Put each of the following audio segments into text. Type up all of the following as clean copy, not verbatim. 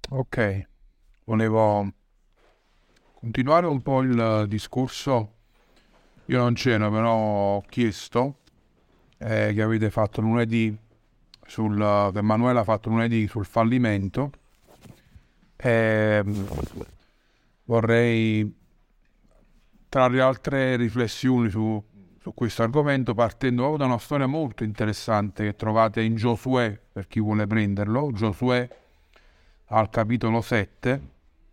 Ok, volevo continuare un po' il discorso. Io non c'ero, però ho chiesto che avete fatto lunedì che Emanuele ha fatto lunedì sul fallimento. E vorrei trarre altre riflessioni su questo argomento partendo proprio da una storia molto interessante che trovate in Giosuè, per chi vuole prenderlo. Giosuè al capitolo 7.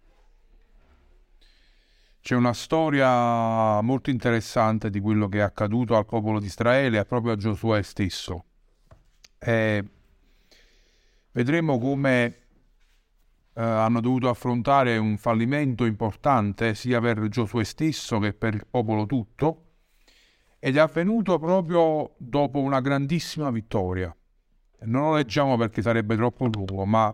C'è una storia molto interessante di quello che è accaduto al popolo di Israele e proprio a Giosuè stesso. E vedremo come hanno dovuto affrontare un fallimento importante sia per Giosuè stesso che per il popolo tutto, ed è avvenuto proprio dopo una grandissima vittoria. Non lo leggiamo perché sarebbe troppo lungo, ma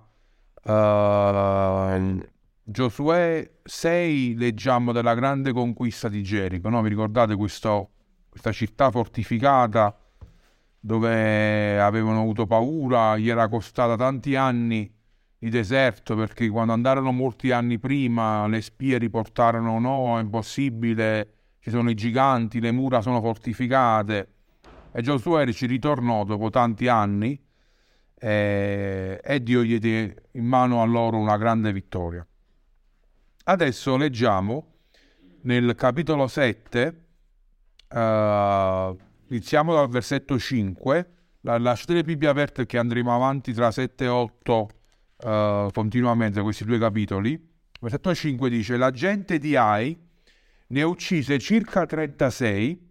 Giosuè 6 leggiamo della grande conquista di Gerico, no? Vi ricordate questa città fortificata dove avevano avuto paura, gli era costata tanti anni di deserto, perché quando andarono molti anni prima le spie riportarono: no, è impossibile, ci sono i giganti, le mura sono fortificate. E Giosuè ci ritornò dopo tanti anni e Dio diede in mano a loro una grande vittoria. Adesso leggiamo nel capitolo 7, iniziamo dal versetto 5. Lasciate le Bibbie aperte perché andremo avanti tra 7 e 8 continuamente questi due capitoli. Versetto 5 dice: la gente di Ai ne uccise circa 36,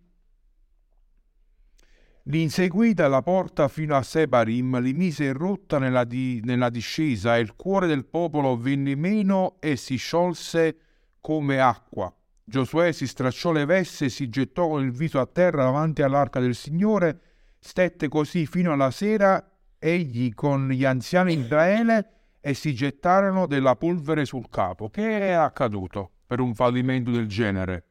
li inseguì dalla porta fino a Sebarim, li mise in rotta nella discesa, e il cuore del popolo venne meno e si sciolse come acqua. Giosuè si stracciò le vesti e si gettò con il viso a terra davanti all'arca del Signore. Stette così fino alla sera, egli con gli anziani di Israele, e si gettarono della polvere sul capo. Che è accaduto per un fallimento del genere?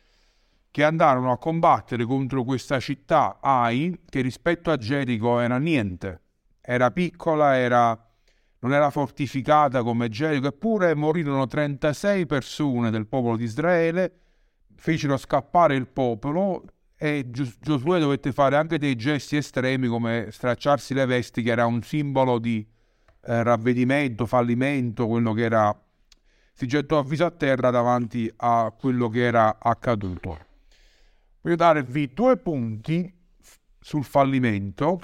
Che andarono a combattere contro questa città Ai, che rispetto a Gerico era niente, era piccola, non era fortificata come Gerico, eppure morirono 36 persone del popolo di Israele, fecero scappare il popolo e Giosuè dovette fare anche dei gesti estremi come stracciarsi le vesti, che era un simbolo di ravvedimento, fallimento, quello che era. Si gettò a viso a terra davanti a quello che era accaduto. Voglio darvi due punti sul fallimento.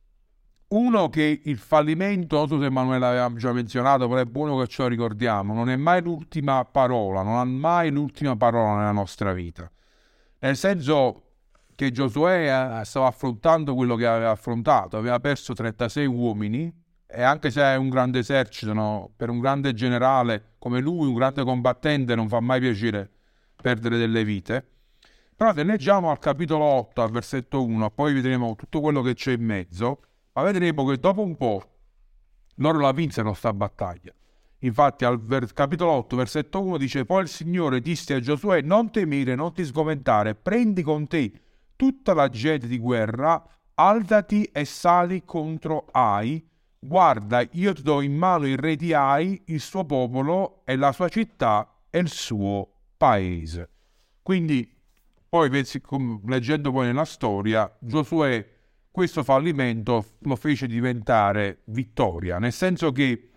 Uno, che il fallimento, non so se Emanuele l'aveva già menzionato, però è buono che ce lo ricordiamo, non è mai l'ultima parola, non ha mai l'ultima parola nella nostra vita. Nel senso che Giosuè stava affrontando quello che aveva affrontato, aveva perso 36 uomini, e anche se è un grande esercito, no? Per un grande generale come lui, un grande combattente, non fa mai piacere perdere delle vite. Però se leggiamo al capitolo 8, al versetto 1, poi vedremo tutto quello che c'è in mezzo, ma vedremo che dopo un po' loro la vinsero sta battaglia. Infatti al capitolo 8, versetto 1 dice: poi il Signore disse a Giosuè: non temere, non ti sgomentare, prendi con te tutta la gente di guerra, alzati e sali contro Ai. Guarda, io ti do in mano il re di Ai, il suo popolo e la sua città e il suo paese. Quindi poi, leggendo poi nella storia, Giosuè questo fallimento lo fece diventare vittoria, nel senso che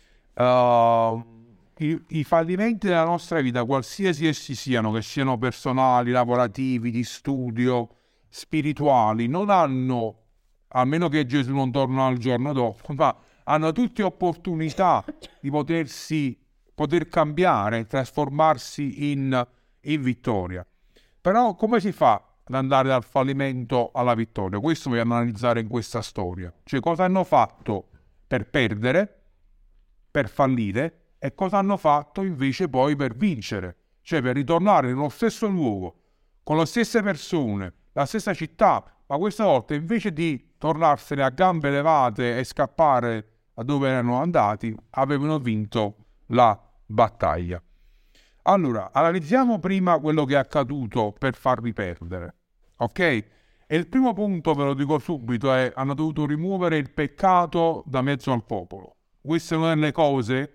i fallimenti della nostra vita, qualsiasi essi siano, che siano personali, lavorativi, di studio, spirituali, non hanno, a meno che Gesù non torna al giorno dopo, ma hanno tutte opportunità di poter cambiare, trasformarsi in vittoria. Però come si fa ad andare dal fallimento alla vittoria? Questo vogliamo analizzare in questa storia. Cioè, cosa hanno fatto per perdere, per fallire, e cosa hanno fatto invece poi per vincere. Cioè, per ritornare nello stesso luogo, con le stesse persone, la stessa città, ma questa volta invece di tornarsene a gambe levate e scappare da dove erano andati, avevano vinto la battaglia. Allora, analizziamo prima quello che è accaduto per farvi perdere, ok? E il primo punto, ve lo dico subito, è: hanno dovuto rimuovere il peccato da mezzo al popolo. Questa è una delle cose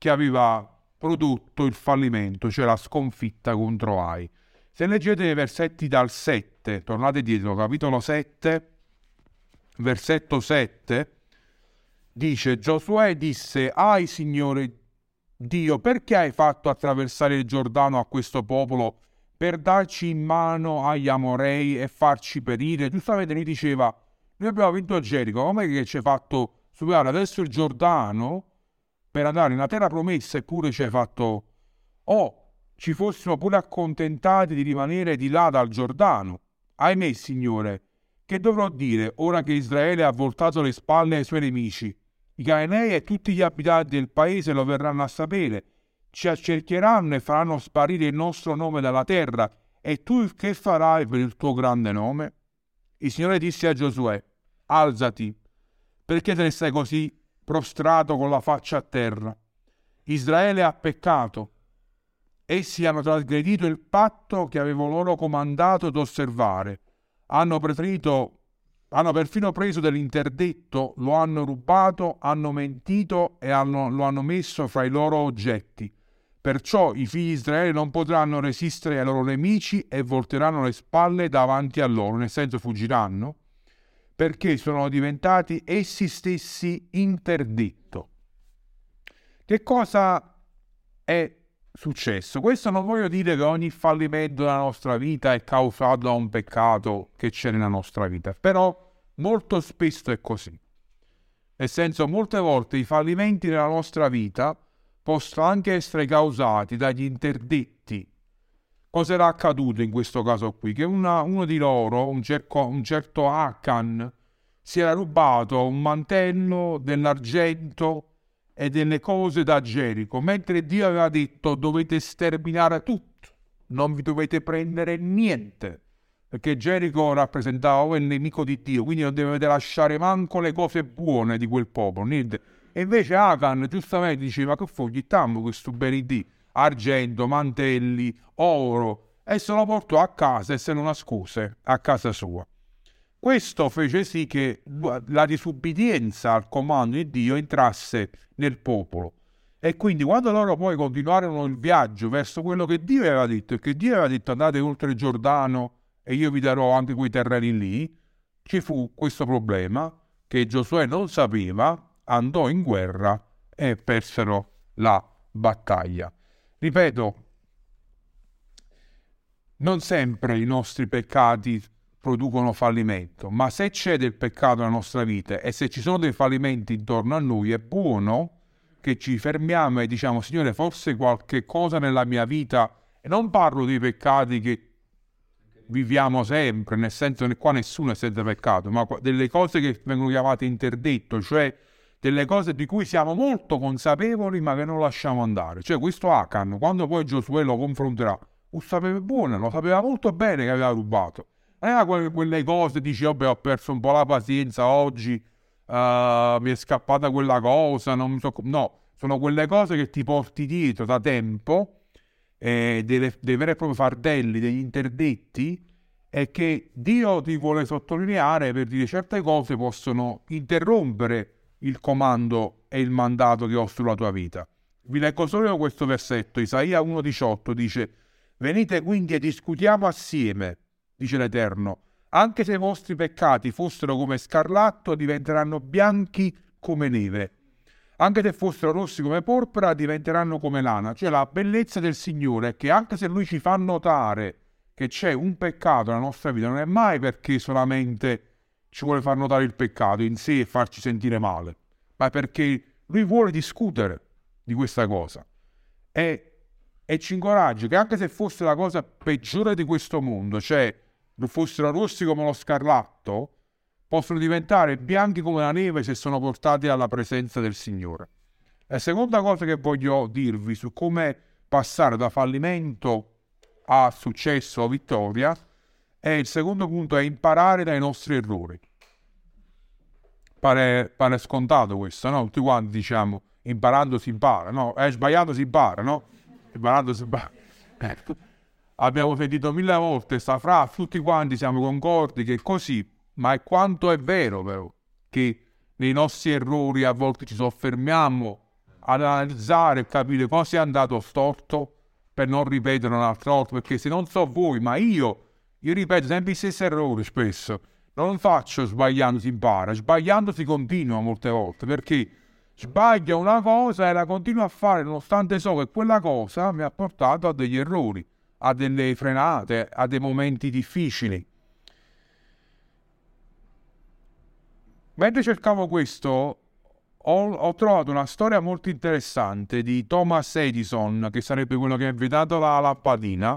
che aveva prodotto il fallimento, cioè la sconfitta contro Ai. Se leggete i versetti dal 7, tornate dietro, capitolo 7, versetto 7, dice: Giosuè disse: Ai, Signore Dio, perché hai fatto attraversare il Giordano a questo popolo per darci in mano agli Amorei e farci perire? Giustamente lui diceva: noi abbiamo vinto Gerico, come che ci hai fatto superare adesso il Giordano per andare nella terra promessa, eppure ci hai fatto... Oh, ci fossimo pure accontentati di rimanere di là dal Giordano. Ahimè, Signore, che dovrò dire ora che Israele ha voltato le spalle ai suoi nemici? I Cananei e tutti gli abitanti del paese lo verranno a sapere, ci accerchieranno e faranno sparire il nostro nome dalla terra. E tu che farai per il tuo grande nome? Il Signore disse a Giosuè: alzati, perché te ne stai così prostrato con la faccia a terra? Israele ha peccato. Essi hanno trasgredito il patto che avevo loro comandato d'osservare. Hanno perfino preso dell'interdetto, lo hanno rubato, hanno mentito e lo hanno messo fra i loro oggetti. Perciò i figli di Israele non potranno resistere ai loro nemici e volteranno le spalle davanti a loro, nel senso fuggiranno, perché sono diventati essi stessi interdetto. Che cosa è successo? Questo non voglio dire che ogni fallimento della nostra vita è causato da un peccato che c'è nella nostra vita, però molto spesso è così. Nel senso, molte volte i fallimenti nella nostra vita possono anche essere causati dagli interdetti. Cosa era accaduto in questo caso qui? Che uno di loro, un certo Achan, si era rubato un mantello dell'argento e delle cose da Gerico, mentre Dio aveva detto: dovete sterminare tutto, non vi dovete prendere niente, perché Gerico rappresentava il nemico di Dio, quindi non dovete lasciare manco le cose buone di quel popolo, niente. E invece Achan giustamente diceva: che fogli tammo questo benedì, argento, mantelli, oro, e se lo portò a casa e se lo nascose a casa sua. Questo fece sì che la disubbidienza al comando di Dio entrasse nel popolo. E quindi quando loro poi continuarono il viaggio verso quello che Dio aveva detto, e che Dio aveva detto: andate oltre il Giordano e io vi darò anche quei terreni lì, ci fu questo problema che Giosuè non sapeva, andò in guerra e persero la battaglia. Ripeto, non sempre i nostri peccati producono fallimento, ma se c'è del peccato nella nostra vita e se ci sono dei fallimenti intorno a noi, è buono che ci fermiamo e diciamo: Signore, forse qualche cosa nella mia vita, e non parlo dei peccati che viviamo sempre, nel senso che qua nessuno è senza peccato, ma delle cose che vengono chiamate interdetto, cioè delle cose di cui siamo molto consapevoli ma che non lasciamo andare. Cioè questo Achan, quando poi Giosuè lo confronterà, lo sapeva buono, lo sapeva molto bene che aveva rubato. Non era quelle cose, dici: vabbè, ho perso un po' la pazienza oggi, mi è scappata quella cosa, non so. No, sono quelle cose che ti porti dietro da tempo, dei veri e propri fardelli, degli interdetti, e che Dio ti vuole sottolineare per dire: certe cose possono interrompere il comando e il mandato che ho sulla tua vita. Vi leggo solo questo versetto. Isaia 1,18 dice: venite quindi e discutiamo assieme, dice l'Eterno. Anche se i vostri peccati fossero come scarlatto, diventeranno bianchi come neve. Anche se fossero rossi come porpora, diventeranno come lana. Cioè la bellezza del Signore è che anche se Lui ci fa notare che c'è un peccato nella nostra vita, non è mai perché solamente ci vuole far notare il peccato in sé e farci sentire male, ma perché Lui vuole discutere di questa cosa. E ci incoraggia che anche se fosse la cosa peggiore di questo mondo, cioè fossero rossi come lo scarlatto, possono diventare bianchi come la neve se sono portati alla presenza del Signore. La seconda cosa che voglio dirvi su come passare da fallimento a successo o vittoria, e il secondo punto è imparare dai nostri errori. Pare scontato questo, no? Tutti quanti diciamo: imparando si impara, no? Sbagliando si impara, no? Imparando si impara. Abbiamo sentito 1000 volte sta frase, tutti quanti siamo concordi che è così, ma è quanto è vero però che nei nostri errori a volte ci soffermiamo ad analizzare e capire cosa è andato storto per non ripetere un'altra volta, perché se non so voi, ma io ripeto sempre gli stessi errori spesso. Non faccio sbagliando si impara, sbagliando si continua molte volte, perché sbaglio una cosa e la continuo a fare nonostante so che quella cosa mi ha portato a degli errori, a delle frenate, a dei momenti difficili. Mentre cercavo questo, ho trovato una storia molto interessante di Thomas Edison, che sarebbe quello che ha inventato la lampadina.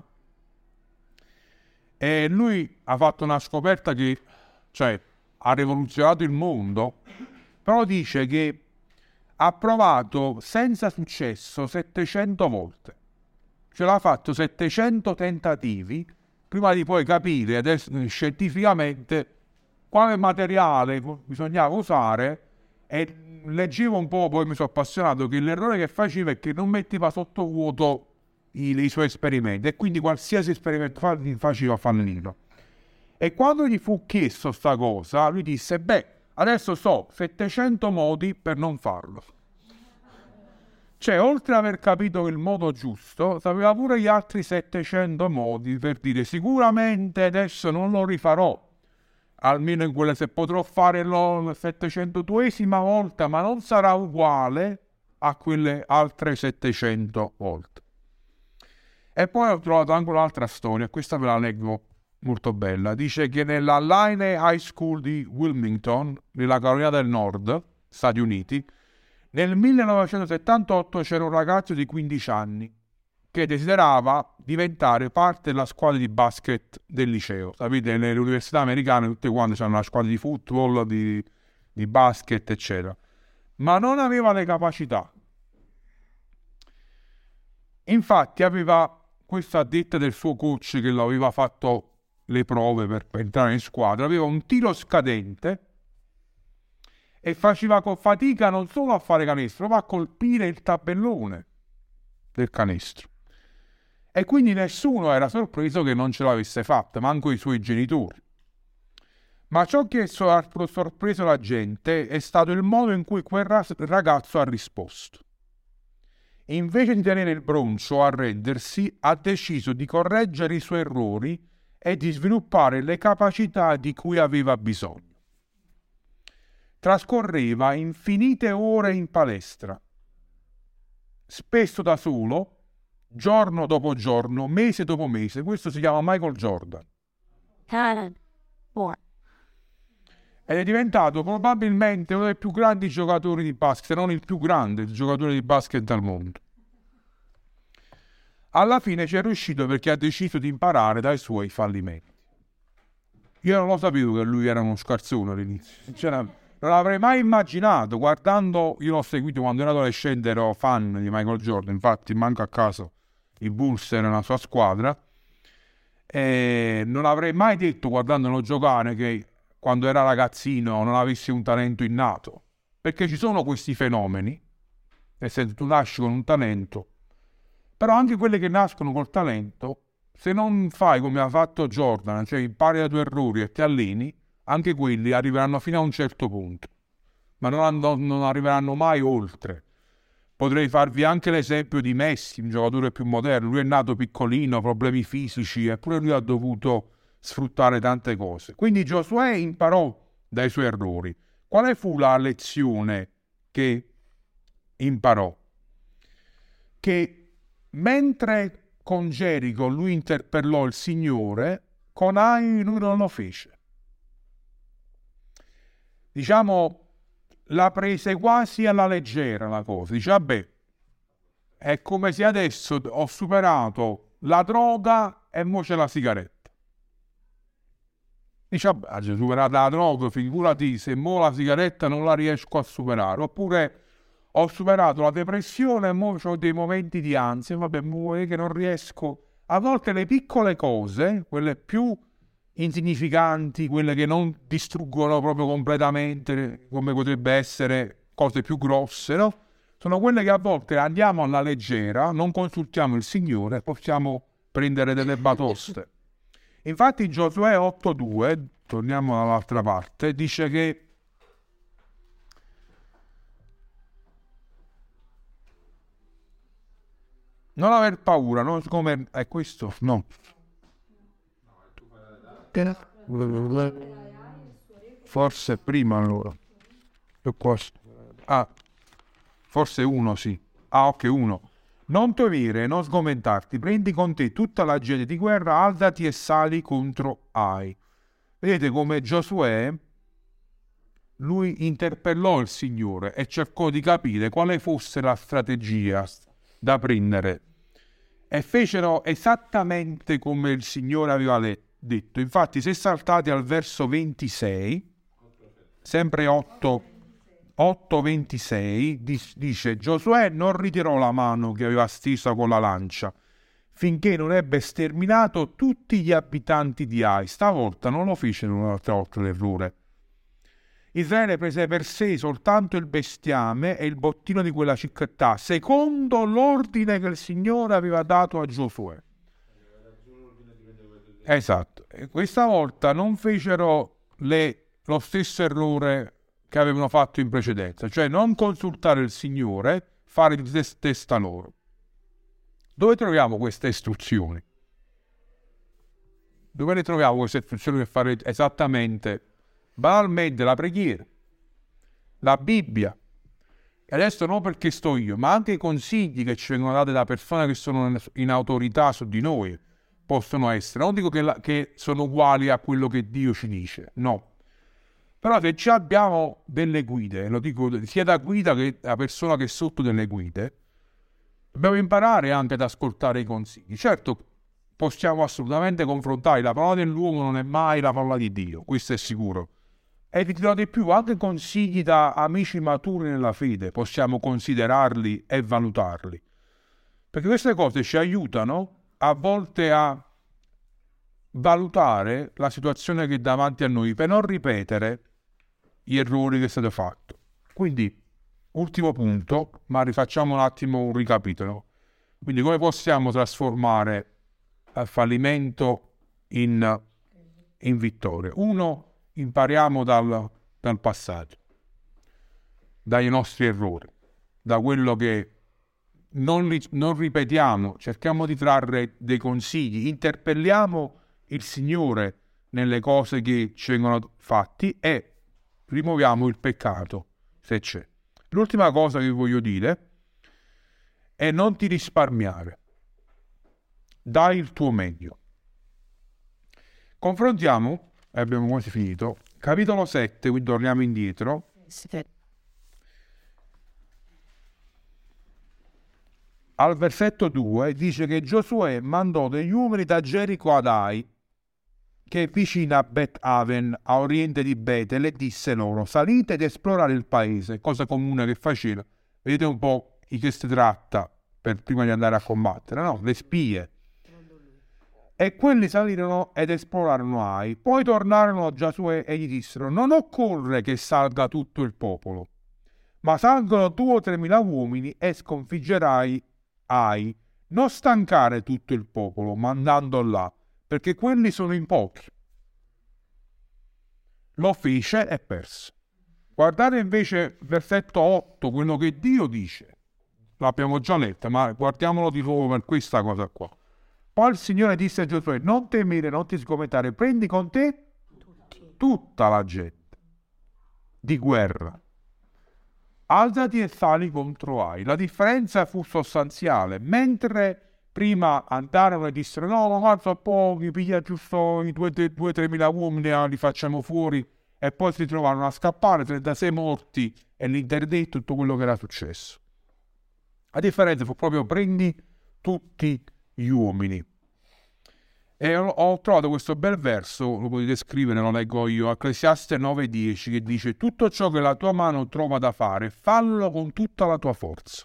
E lui ha fatto una scoperta che, cioè, ha rivoluzionato il mondo, però dice che ha provato senza successo 700 volte. Ce l'ha fatto 700 tentativi prima di poi capire adesso, scientificamente quale materiale bisognava usare, e leggevo un po', poi mi sono appassionato, che l'errore che faceva è che non metteva sotto vuoto i suoi esperimenti, e quindi qualsiasi esperimento faceva fallire. E quando gli fu chiesto sta cosa, lui disse: beh, adesso so 700 modi per non farlo. Cioè, oltre ad aver capito il modo giusto, sapeva pure gli altri 700 modi per dire: sicuramente adesso non lo rifarò, almeno in quelle, se potrò fare la 702esima volta, ma non sarà uguale a quelle altre 700 volte. E poi ho trovato anche un'altra storia, questa ve la leggo, molto bella. Dice che nella Line High School di Wilmington, nella Carolina del Nord, Stati Uniti, nel 1978 c'era un ragazzo di 15 anni che desiderava diventare parte della squadra di basket del liceo. Sapete, nelle università americane tutte quante hanno una squadra di football, di basket, eccetera. Ma non aveva le capacità. Infatti aveva questa addetta del suo coach che lo aveva fatto le prove per entrare in squadra, aveva un tiro scadente e faceva con fatica non solo a fare canestro, ma a colpire il tabellone del canestro. E quindi nessuno era sorpreso che non ce l'avesse fatta, manco i suoi genitori. Ma ciò che ha sorpreso la gente è stato il modo in cui quel ragazzo ha risposto. Invece di tenere il broncio o arrendersi, ha deciso di correggere i suoi errori e di sviluppare le capacità di cui aveva bisogno. Trascorreva infinite ore in palestra, spesso da solo, giorno dopo giorno, mese dopo mese. Questo si chiama Michael Jordan. Ed è diventato probabilmente uno dei più grandi giocatori di basket, se non il più grande giocatore di basket al mondo. Alla fine ci è riuscito perché ha deciso di imparare dai suoi fallimenti. Io non lo sapevo che lui era uno scarsone all'inizio. Non l'avrei mai immaginato. Guardando, io l'ho seguito quando ero adolescente, ero fan di Michael Jordan, infatti manco a caso i Bulls erano la sua squadra, e non avrei mai detto, guardandolo giocare, che quando era ragazzino non avessi un talento innato, perché ci sono questi fenomeni, nel senso, tu nasci con un talento, però anche quelli che nascono col talento, se non fai come ha fatto Jordan, cioè impari dai tuoi errori e ti alleni, anche quelli arriveranno fino a un certo punto, ma non arriveranno mai oltre. Potrei farvi anche l'esempio di Messi, un giocatore più moderno. Lui è nato piccolino, problemi fisici, eppure lui ha dovuto sfruttare tante cose. Quindi Giosuè imparò dai suoi errori. Quale fu la lezione che imparò? Che mentre con Gerico lui interpellò il Signore, con Ai lui non lo fece. Diciamo, la prese quasi alla leggera la cosa. Dice: vabbè, è come se adesso ho superato la droga e mo c'è la sigaretta. Dice: vabbè, ho superato la droga, figurati se mo la sigaretta non la riesco a superare. Oppure ho superato la depressione e mo ho dei momenti di ansia, vabbè, mo è che non riesco. A volte le piccole cose, quelle più insignificanti, quelle che non distruggono proprio completamente, come potrebbe essere cose più grosse, no? Sono quelle che a volte andiamo alla leggera, non consultiamo il Signore e possiamo prendere delle batoste. Infatti Giosuè 8.2, torniamo dall'altra parte, dice che Non aver paura, non come è questo, no. Forse prima allora. Ah, forse uno sì. Ah, ok, uno. Non temere, non sgomentarti, prendi con te tutta la gente di guerra, alzati e sali contro Ai. Vedete come Giosuè, lui interpellò il Signore e cercò di capire quale fosse la strategia da prendere. E fecero esattamente come il Signore aveva detto. Infatti, se saltate al verso 26, sempre 8:26, dice: Giosuè non ritirò la mano che aveva stesa con la lancia, finché non ebbe sterminato tutti gli abitanti di Ai. Stavolta non lo fecero un'altra volta l'errore. Israele prese per sé soltanto il bestiame e il bottino di quella città, secondo l'ordine che il Signore aveva dato a Giosuè. Esatto. E questa volta non fecero lo stesso errore che avevano fatto in precedenza, cioè non consultare il Signore, fare di testa loro. Dove troviamo queste istruzioni? Dove le troviamo queste istruzioni per fare esattamente, banalmente, la preghiera, la Bibbia? E adesso non perché sto io, ma anche i consigli che ci vengono dati da persone che sono in autorità su di noi possono essere. Non dico che sono uguali a quello che Dio ci dice, no. Però se già abbiamo delle guide, lo dico sia da guida che da persona che è sotto delle guide, dobbiamo imparare anche ad ascoltare i consigli. Certo, possiamo assolutamente confrontare, la parola dell'uomo non è mai la parola di Dio, questo è sicuro. E vi dirò di più, anche consigli da amici maturi nella fede, possiamo considerarli e valutarli. Perché queste cose ci aiutano a volte a valutare la situazione che è davanti a noi per non ripetere gli errori che è stato fatto. Quindi, ultimo punto, ma rifacciamo un attimo un ricapitolo. Quindi come possiamo trasformare il fallimento in vittoria? Uno, impariamo dal passato, dai nostri errori, da quello che non ripetiamo, cerchiamo di trarre dei consigli, interpelliamo il Signore nelle cose che ci vengono fatti e rimuoviamo il peccato, se c'è. L'ultima cosa che vi voglio dire è non ti risparmiare. Dai il tuo meglio. Confrontiamo, e abbiamo quasi finito, capitolo 7, quindi torniamo indietro. Al versetto 2 dice che Giosuè mandò degli uomini da Gerico ad Ai, che è vicina a Bet Aven, a oriente di Betel, e disse loro: salite ed esplorare il paese, cosa comune che faceva. Vedete un po' di che si tratta per prima di andare a combattere, no? Le spie. E quelli salirono ed esplorarono Ai. Poi tornarono a Giosuè e gli dissero: non occorre che salga tutto il popolo, ma salgono 2 o 3 mila uomini e sconfiggerai Ai. Non stancare tutto il popolo mandando là, perché quelli sono in pochi. Lo fece e perse. Guardate invece il versetto 8, quello che Dio dice. L'abbiamo già letto, ma guardiamolo di nuovo per questa cosa qua. Poi il Signore disse a Giosuè: non temere, non ti sgomentare, prendi con te tutta la gente di guerra. Alzati e sali contro Ai. La differenza fu sostanziale. Mentre prima andarono e dissero: no, ma sono pochi, piglia giusto i 2-3 mila uomini, li facciamo fuori, e poi si trovarono a scappare, 36 morti, e l'interdetto tutto quello che era successo. La differenza fu proprio: prendi tutti gli uomini. E ho trovato questo bel verso, lo potete scrivere, lo leggo io, Ecclesiaste 9:10, che dice: tutto ciò che la tua mano trova da fare, fallo con tutta la tua forza.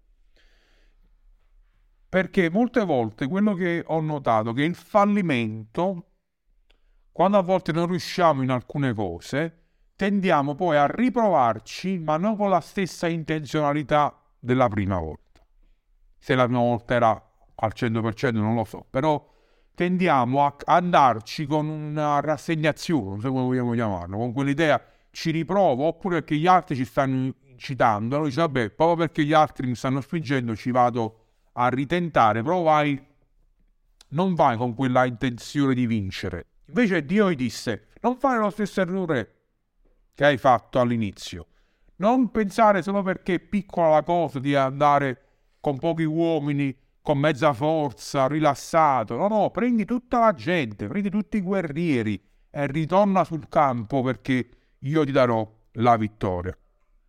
Perché molte volte quello che ho notato è che il fallimento, quando a volte non riusciamo in alcune cose, tendiamo poi a riprovarci, ma non con la stessa intenzionalità della prima volta. Se la prima volta era al 100% non lo so, però tendiamo a andarci con una rassegnazione, non so come vogliamo chiamarlo, con quell'idea ci riprovo, oppure perché gli altri ci stanno incitando, allora dice: vabbè, proprio perché gli altri mi stanno spingendo ci vado a ritentare, però non vai con quella intenzione di vincere. Invece Dio gli disse: non fare lo stesso errore che hai fatto all'inizio. Non pensare solo perché è piccola la cosa di andare con pochi uomini, con mezza forza, rilassato. No, prendi tutta la gente, prendi tutti i guerrieri e ritorna sul campo, perché io ti darò la vittoria.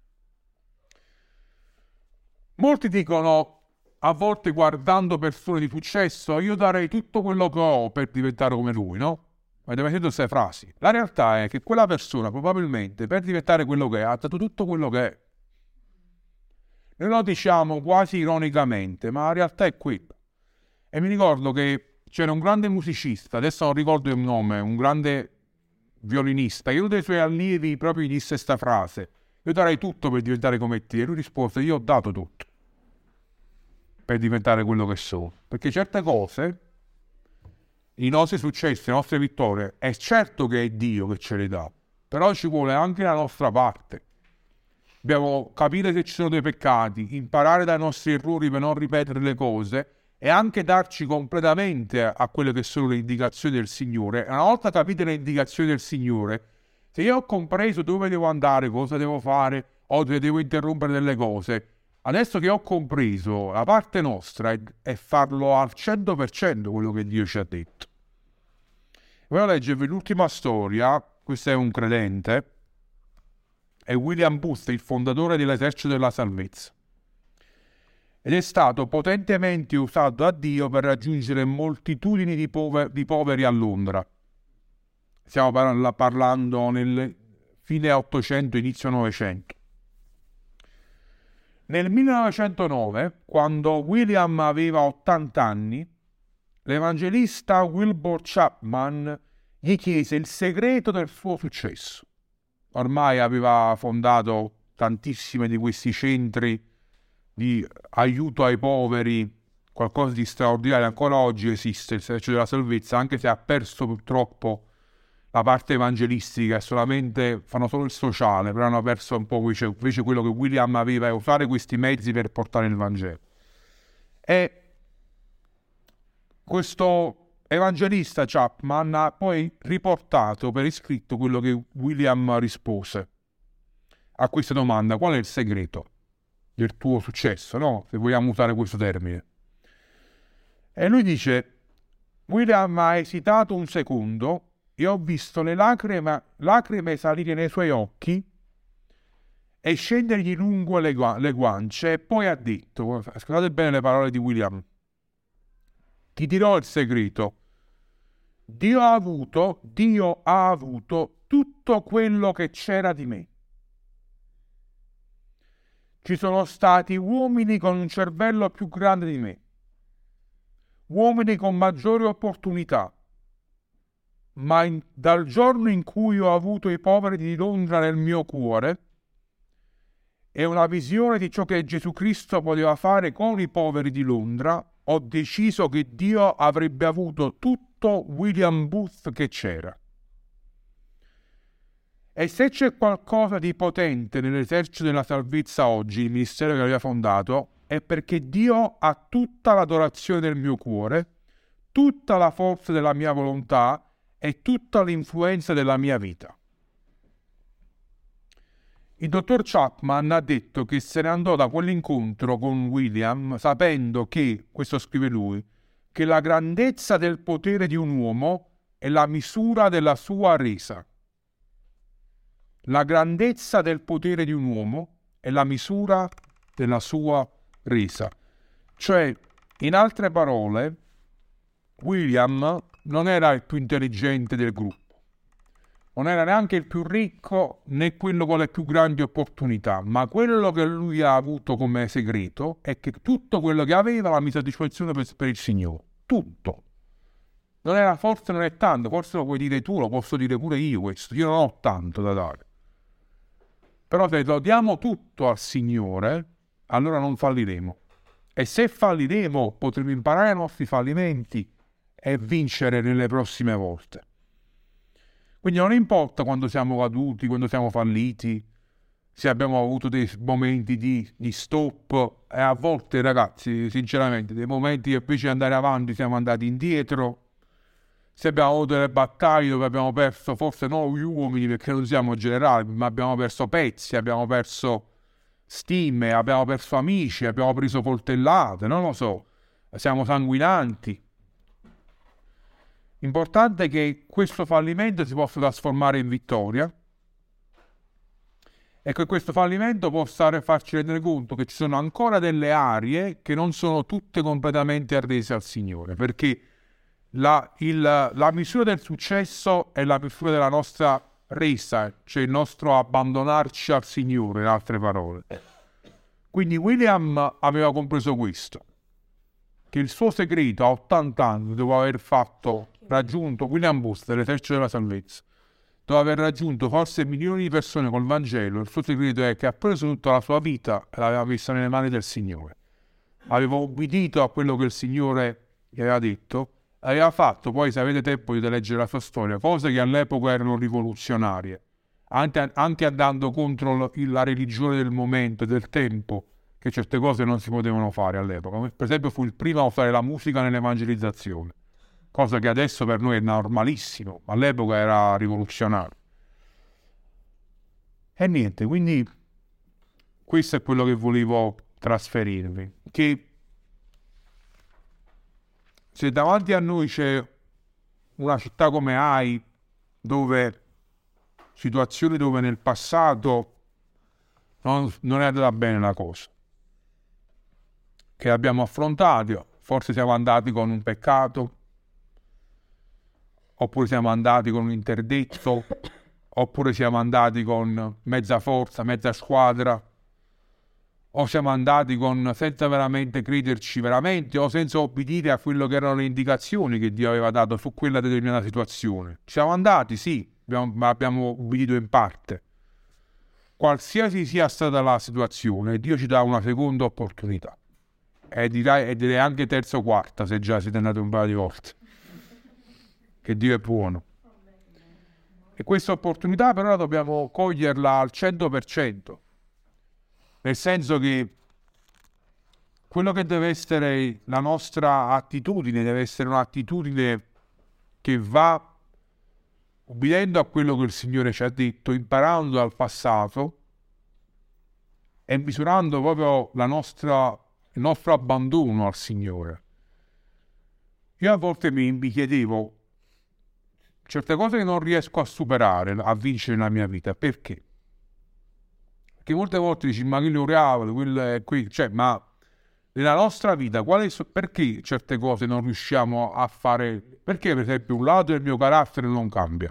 Molti dicono, a volte guardando persone di successo: io darei tutto quello che ho per diventare come lui, no? Avete mai sentito queste frasi? La realtà è che quella persona probabilmente per diventare quello che è ha dato tutto quello che è. Noi lo diciamo quasi ironicamente, ma la realtà è quella. E mi ricordo che c'era un grande musicista, adesso non ricordo il nome, un grande violinista, che uno dei suoi allievi proprio gli disse questa frase: io darei tutto per diventare come te. E lui rispose: io ho dato tutto per diventare quello che sono. Perché certe cose, i nostri successi, le nostre vittorie, è certo che è Dio che ce le dà, però ci vuole anche la nostra parte. Dobbiamo capire se ci sono dei peccati, imparare dai nostri errori per non ripetere le cose e anche darci completamente a quelle che sono le indicazioni del Signore. Una volta capite le indicazioni del Signore, se io ho compreso dove devo andare, cosa devo fare, o se devo interrompere delle cose, adesso che ho compreso, la parte nostra è farlo al 100% quello che Dio ci ha detto. Voglio leggervi l'ultima storia. Questo è un credente, è William Booth, il fondatore dell'esercito della salvezza, ed è stato potentemente usato da Dio per raggiungere moltitudini di poveri a Londra. Stiamo parlando nel fine 800, inizio 900. Nel 1909, quando William aveva 80 anni, l'evangelista Wilbur Chapman gli chiese il segreto del suo successo. Ormai aveva fondato tantissimi di questi centri di aiuto ai poveri, qualcosa di straordinario. Ancora oggi esiste il Esercito della Salvezza, anche se ha perso purtroppo la parte evangelistica e fanno solo il sociale, però hanno perso un po' invece quello che William aveva, è usare questi mezzi per portare il Vangelo. E questo evangelista Chapman ha poi riportato per iscritto quello che William rispose a questa domanda: qual è il segreto del tuo successo, no? Se vogliamo usare questo termine. E lui dice: William ha esitato un secondo e ho visto le lacrime salire nei suoi occhi e scendergli lungo le guance, e poi ha detto, ascoltate bene le parole di William: ti dirò il segreto. Dio ha avuto tutto quello che c'era di me. Ci sono stati uomini con un cervello più grande di me, uomini con maggiori opportunità, ma dal giorno in cui ho avuto i poveri di Londra nel mio cuore e una visione di ciò che Gesù Cristo poteva fare con i poveri di Londra, ho deciso che Dio avrebbe avuto tutto William Booth che c'era. E se c'è qualcosa di potente nell'esercito della salvezza oggi, il ministero che aveva fondato, è perché Dio ha tutta l'adorazione del mio cuore, tutta la forza della mia volontà e tutta l'influenza della mia vita. Il dottor Chapman ha detto che se ne andò da quell'incontro con William sapendo che, questo scrive lui, che la grandezza del potere di un uomo è la misura della sua resa. La grandezza del potere di un uomo è la misura della sua resa. Cioè, in altre parole, William non era il più intelligente del gruppo. Non era neanche il più ricco né quello con le più grandi opportunità, ma quello che lui ha avuto come segreto è che tutto quello che aveva l'ha messo a disposizione per il Signore. Tutto. Forse non è tanto, forse lo puoi dire tu, lo posso dire pure io questo. Io non ho tanto da dare. Però se lo diamo tutto al Signore, allora non falliremo. E se falliremo, potremo imparare i nostri fallimenti e vincere nelle prossime volte. Quindi non importa quando siamo caduti, quando siamo falliti, se abbiamo avuto dei momenti di stop, e a volte, ragazzi, sinceramente, dei momenti che invece di andare avanti siamo andati indietro, se abbiamo avuto delle battaglie dove abbiamo perso, forse non gli uomini perché non siamo generali, ma abbiamo perso pezzi, abbiamo perso stime, abbiamo perso amici, abbiamo preso coltellate, non lo so, siamo sanguinanti. Importante è che questo fallimento si possa trasformare in vittoria e che questo fallimento possa farci rendere conto che ci sono ancora delle aree che non sono tutte completamente arrese al Signore, perché la misura del successo è la misura della nostra resa, cioè il nostro abbandonarci al Signore, in altre parole. Quindi William aveva compreso questo, che il suo segreto a 80 anni dopo aver raggiunto William Booth dell'esercito della salvezza, dopo aver raggiunto forse milioni di persone col Vangelo, il suo segreto è che ha preso tutta la sua vita e l'aveva messa nelle mani del Signore. Aveva obbedito a quello che il Signore gli aveva detto, aveva fatto, poi se avete tempo di leggere la sua storia, cose che all'epoca erano rivoluzionarie, anche andando contro la religione del momento e del tempo, che certe cose non si potevano fare all'epoca. Per esempio fu il primo a usare la musica nell'evangelizzazione, cosa che adesso per noi è normalissimo, ma all'epoca era rivoluzionario. E niente, quindi questo è quello che volevo trasferirvi, che se davanti a noi c'è una città come Ai, dove situazioni dove nel passato non è andata bene la cosa, che abbiamo affrontato, forse siamo andati con un peccato, oppure siamo andati con un interdetto, oppure siamo andati con mezza forza, mezza squadra, o siamo andati senza veramente crederci veramente, o senza obbedire a quello che erano le indicazioni che Dio aveva dato su quella determinata situazione. Ci siamo andati, sì, ma abbiamo obbedito in parte. Qualsiasi sia stata la situazione, Dio ci dà una seconda opportunità. E direi anche terza o quarta, se già siete andati un paio di volte. Che Dio è buono. E questa opportunità però dobbiamo coglierla al 100%. Nel senso che quello che deve essere la nostra attitudine deve essere un'attitudine che va ubbidendo a quello che il Signore ci ha detto, imparando dal passato e misurando proprio il nostro abbandono al Signore. Io a volte mi chiedevo certe cose che non riesco a superare, a vincere nella mia vita, perché? Perché molte volte dici, ma chi lo reale, quello è qui, cioè, ma nella nostra vita, perché certe cose non riusciamo a fare? Perché, per esempio, un lato del mio carattere non cambia?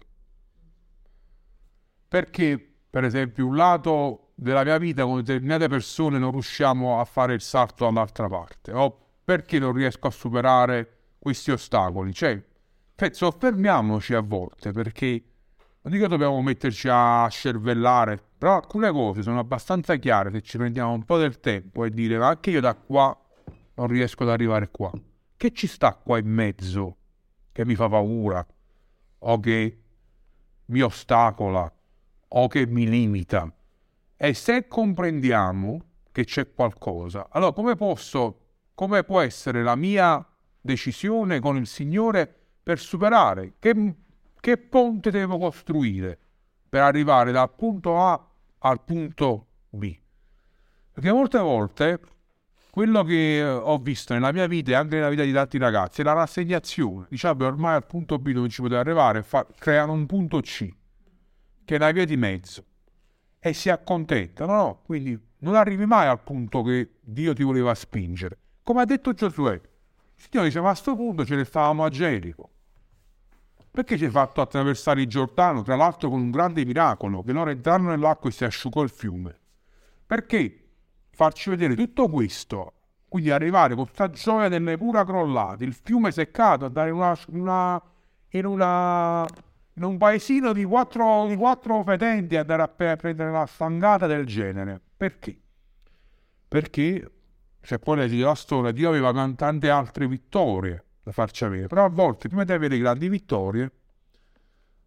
Perché, per esempio, un lato della mia vita con determinate persone non riusciamo a fare il salto dall'altra parte? O perché non riesco a superare questi ostacoli? Cioè, soffermiamoci a volte, perché non dico che dobbiamo metterci a scervellare, però alcune cose sono abbastanza chiare se ci prendiamo un po' del tempo e dire, ma anche io da qua non riesco ad arrivare qua. Che ci sta qua in mezzo che mi fa paura, o che mi ostacola, o che mi limita? E se comprendiamo che c'è qualcosa, allora come può essere la mia decisione con il Signore per superare? Che ponte devo costruire per arrivare dal punto A al punto B? Perché molte volte quello che ho visto nella mia vita e anche nella vita di tanti ragazzi è la rassegnazione. Diciamo, ormai al punto B non ci poteva arrivare, creano un punto C, che è la via di mezzo, e si accontentano, no? Quindi non arrivi mai al punto che Dio ti voleva spingere. Come ha detto Giosuè, il Signore dice, ma a sto punto ce ne stavamo a Gerico. Perché ci hai fatto attraversare il Giordano, tra l'altro con un grande miracolo, che loro entrarono nell'acqua e si asciugò il fiume? Perché farci vedere tutto questo, quindi arrivare con questa gioia delle mura crollate, il fiume seccato, andare in un paesino di quattro fedenti e andare a prendere una stangata del genere? Perché? Perché, se poi leggi la storia, Dio aveva tante altre vittorie da farci avere, però a volte prima di avere grandi vittorie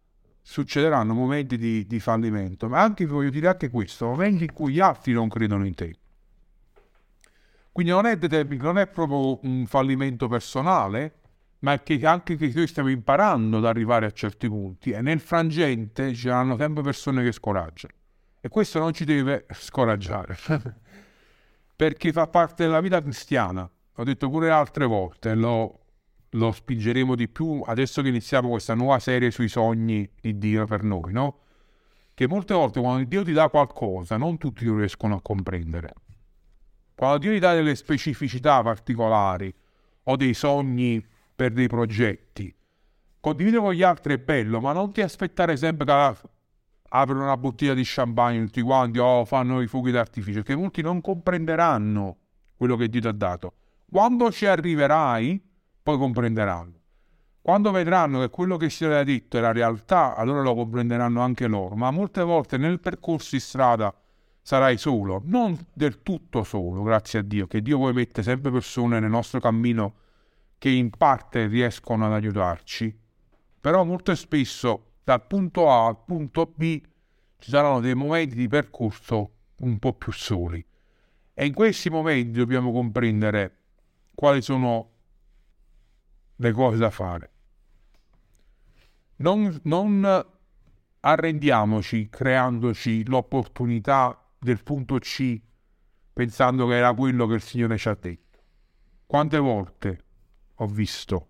succederanno momenti di fallimento, ma anche, voglio dire anche questo, momenti in cui gli altri non credono in te. Quindi non è proprio un fallimento personale, ma è che anche che noi stiamo imparando ad arrivare a certi punti e nel frangente ci saranno sempre persone che scoraggiano. E questo non ci deve scoraggiare, perché fa parte della vita cristiana. Ho detto pure altre volte, lo spingeremo di più adesso che iniziamo questa nuova serie sui sogni di Dio per noi, no? Che molte volte quando Dio ti dà qualcosa, non tutti lo riescono a comprendere. Quando Dio ti dà delle specificità particolari o dei sogni per dei progetti, condividere con gli altri è bello, ma non ti aspettare sempre che aprono una bottiglia di champagne tutti quanti o fanno i fuochi d'artificio, che molti non comprenderanno quello che Dio ti ha dato. Quando ci arriverai, poi comprenderanno. Quando vedranno che quello che si era detto era realtà, allora lo comprenderanno anche loro. Ma molte volte nel percorso di strada sarai solo, non del tutto solo, grazie a Dio, che Dio poi mette sempre persone nel nostro cammino che in parte riescono ad aiutarci, però molto spesso dal punto A al punto B ci saranno dei momenti di percorso un po' più soli e in questi momenti dobbiamo comprendere quali sono le cose da fare. Non arrendiamoci creandoci l'opportunità del punto C pensando che era quello che il Signore ci ha detto. Quante volte ho visto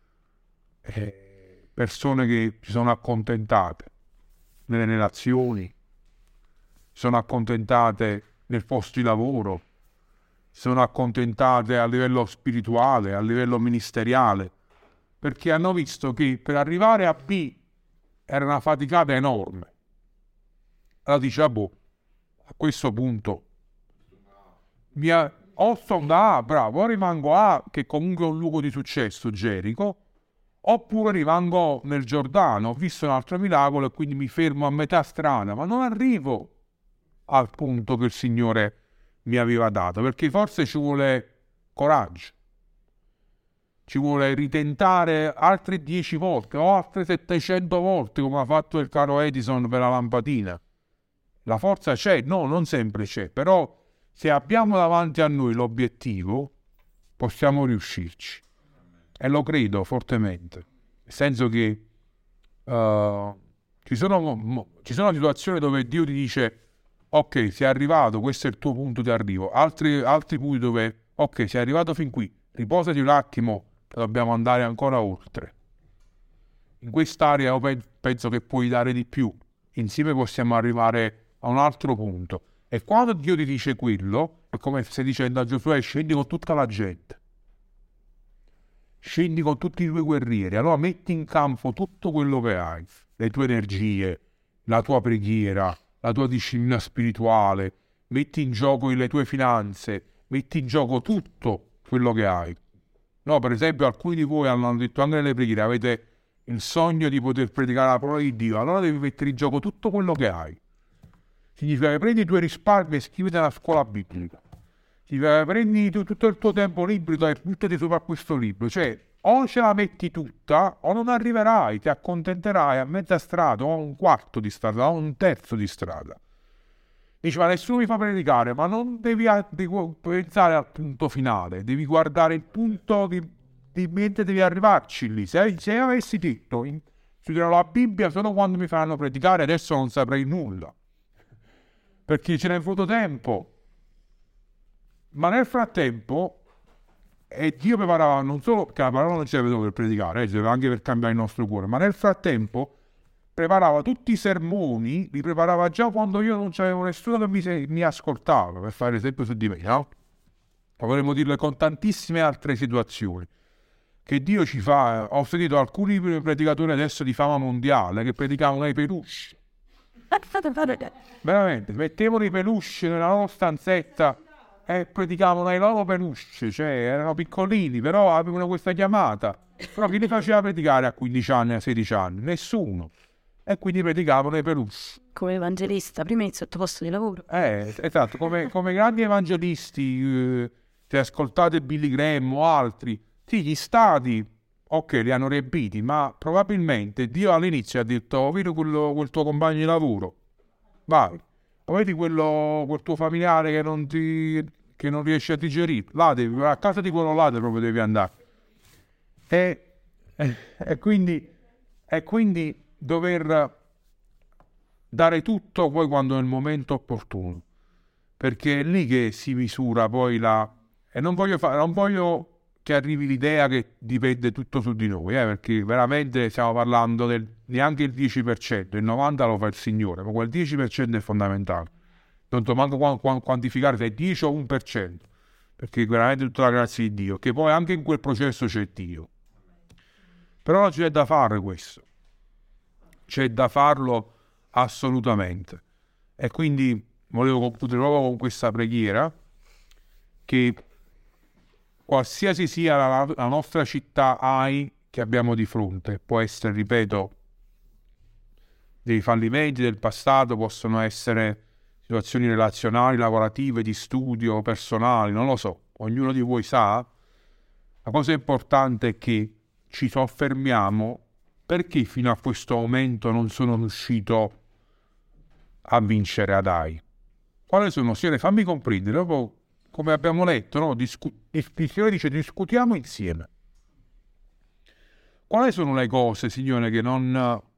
persone che si sono accontentate nelle relazioni, si sono accontentate nel posto di lavoro, si sono accontentate a livello spirituale, a livello ministeriale, perché hanno visto che per arrivare a B era una faticata enorme. Allora dice, a questo punto o sto da A, bravo, o rimango A, che comunque è un luogo di successo, Gerico, oppure rimango nel Giordano, ho visto un altro miracolo e quindi mi fermo a metà strada, ma non arrivo al punto che il Signore mi aveva dato, perché forse ci vuole coraggio, ci vuole ritentare altre 10 volte o altre 700 volte come ha fatto il caro Edison per la lampadina. La forza c'è? No, non sempre c'è, però se abbiamo davanti a noi l'obiettivo possiamo riuscirci e lo credo fortemente, nel senso che ci sono situazioni dove Dio ti dice ok, sei arrivato, questo è il tuo punto di arrivo, altri punti dove ok, sei arrivato fin qui, riposati un attimo, dobbiamo andare ancora oltre. In quest'area io penso che puoi dare di più, insieme possiamo arrivare a un altro punto. E quando Dio ti dice quello, è come se dicendo a Giosuè, scendi con tutta la gente, scendi con tutti i tuoi guerrieri, allora metti in campo tutto quello che hai, le tue energie, la tua preghiera, la tua disciplina spirituale, metti in gioco le tue finanze, metti in gioco tutto quello che hai. No, per esempio alcuni di voi hanno detto anche nelle preghiere, avete il sogno di poter predicare la parola di Dio, allora devi mettere in gioco tutto quello che hai. Significa che prendi i tuoi risparmi e iscriviti alla scuola biblica. Significa che prendi tutto il tuo tempo libero e buttati sopra questo libro. Cioè, o ce la metti tutta o non arriverai, ti accontenterai a mezza strada o a un quarto di strada o a un terzo di strada. Dici, ma nessuno mi fa predicare, ma non devi pensare al punto finale, devi guardare il punto di mente, devi arrivarci lì. Se avessi detto, studierò la Bibbia solo quando mi faranno predicare, adesso non saprei nulla. Perché ce n'è voluto tempo. Ma nel frattempo, Dio preparava non solo, perché la parola non ci serve solo per predicare, serve anche per cambiare il nostro cuore, ma nel frattempo preparava tutti i sermoni, li preparava già quando io non c'avevo nessuno che mi ascoltava, per fare esempio su di me, no? Potremmo dirle con tantissime altre situazioni che Dio ci fa. Ho sentito alcuni predicatori adesso di fama mondiale che predicavano ai peluche. Veramente, mettevano i peluche nella loro stanzetta e predicavano ai loro peluche, cioè erano piccolini, però avevano questa chiamata. Però chi li faceva predicare a 15 anni, a 16 anni? Nessuno. E quindi predicavano ai peluche. Come evangelista, prima in sottoposto di lavoro. Esatto, come grandi evangelisti, se ascoltate Billy Graham o altri, sì, gli stati ok, li hanno riempiti, ma probabilmente Dio all'inizio ha detto, "Oh, vedi quel tuo compagno di lavoro, vai, o vedi quel tuo familiare che non riesce a digerire, là a casa di quello là proprio devi andare. E, e quindi dover dare tutto poi quando è il momento opportuno, perché è lì che si misura poi la... E non voglio che arrivi l'idea che dipende tutto su di noi, perché veramente stiamo parlando del neanche il 10%, il 90% lo fa il Signore, ma quel 10% è fondamentale. Non ti manco quantificare se è 10 o 1%, perché veramente tutta la grazia di Dio, che poi anche in quel processo c'è Dio. Però c'è da fare questo, c'è da farlo assolutamente. E quindi volevo concludere proprio con questa preghiera, che qualsiasi sia la nostra città AI che abbiamo di fronte, può essere, ripeto, dei fallimenti del passato, possono essere situazioni relazionali, lavorative, di studio, personali, non lo so, ognuno di voi sa. La cosa importante è che ci soffermiamo perché fino a questo momento non sono riuscito a vincere ad AI. Quali sono? Signore, fammi comprendere, proprio come abbiamo letto, no? Il Signore dice discutiamo insieme. Quali sono le cose, Signore, che non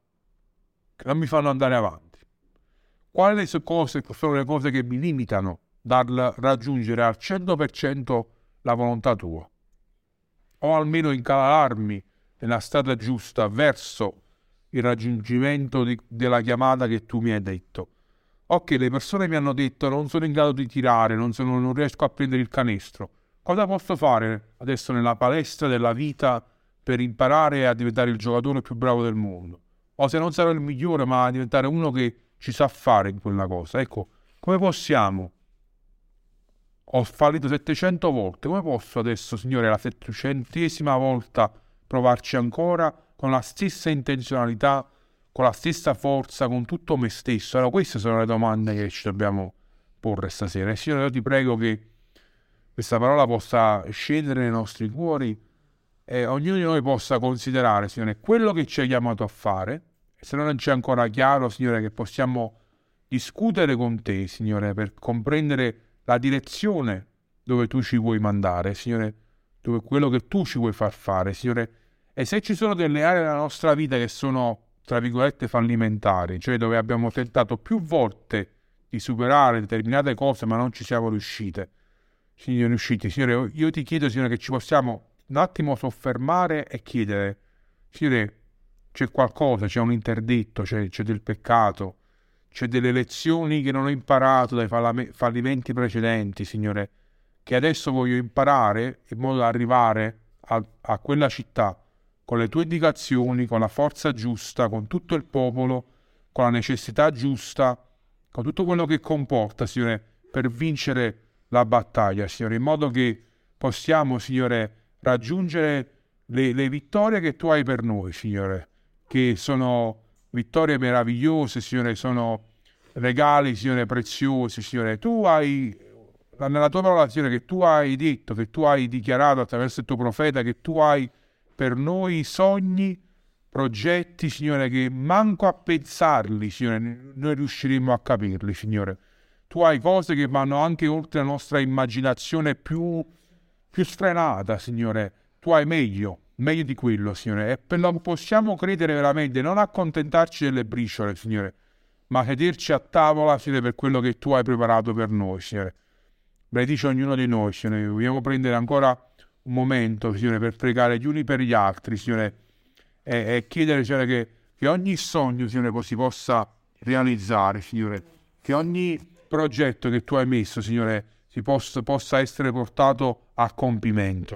mi fanno andare avanti? Quali sono le cose che mi limitano dal raggiungere al 100% la volontà tua? O almeno incalarmi nella strada giusta verso il raggiungimento della chiamata che tu mi hai detto. Ok, le persone mi hanno detto non sono in grado di tirare, non riesco a prendere il canestro. Cosa posso fare adesso nella palestra della vita per imparare a diventare il giocatore più bravo del mondo? O se non sarò il migliore, ma a diventare uno che ci sa fare in quella cosa. Ecco, come possiamo? Ho fallito 700 volte, come posso adesso, Signore, la 700esima volta provarci ancora con la stessa intenzionalità, con la stessa forza, con tutto me stesso? Allora, queste sono le domande che ci dobbiamo porre stasera. E Signore, io ti prego che questa parola possa scendere nei nostri cuori e ognuno di noi possa considerare, Signore, quello che ci hai chiamato a fare. E se non ci è ancora chiaro, Signore, che possiamo discutere con te, Signore, per comprendere la direzione dove tu ci vuoi mandare, Signore, dove quello che tu ci vuoi far fare, Signore. E se ci sono delle aree della nostra vita che sono, tra virgolette, fallimentari, cioè dove abbiamo tentato più volte di superare determinate cose ma non ci siamo riusciti, Signore, io ti chiedo, Signore, che ci possiamo un attimo soffermare e chiedere, Signore, c'è qualcosa, c'è un interdetto, c'è del peccato, c'è delle lezioni che non ho imparato dai fallimenti precedenti, Signore, che adesso voglio imparare in modo da arrivare a quella città con le tue indicazioni, con la forza giusta, con tutto il popolo, con la necessità giusta, con tutto quello che comporta, Signore, per vincere la battaglia, Signore, in modo che possiamo, Signore, raggiungere le vittorie che tu hai per noi, Signore, che sono vittorie meravigliose, Signore, sono regali, Signore, preziosi, Signore. Tu hai, nella tua parola, Signore, che tu hai detto, che tu hai dichiarato attraverso il tuo profeta, che tu hai per noi sogni, progetti, Signore, che manco a pensarli, Signore, noi riusciremo a capirli, Signore. Tu hai cose che vanno anche oltre la nostra immaginazione più sfrenata, Signore. Tu hai meglio di quello, Signore. E possiamo credere veramente, non accontentarci delle briciole, Signore, ma sederci a tavola, Signore, per quello che tu hai preparato per noi, Signore. Benedici ognuno di noi, Signore. Vogliamo prendere ancora un momento, Signore, per pregare gli uni per gli altri, Signore, e chiedere, Signore, che ogni sogno, Signore, si possa realizzare, Signore, che ogni progetto che tu hai messo, Signore, possa essere portato a compimento.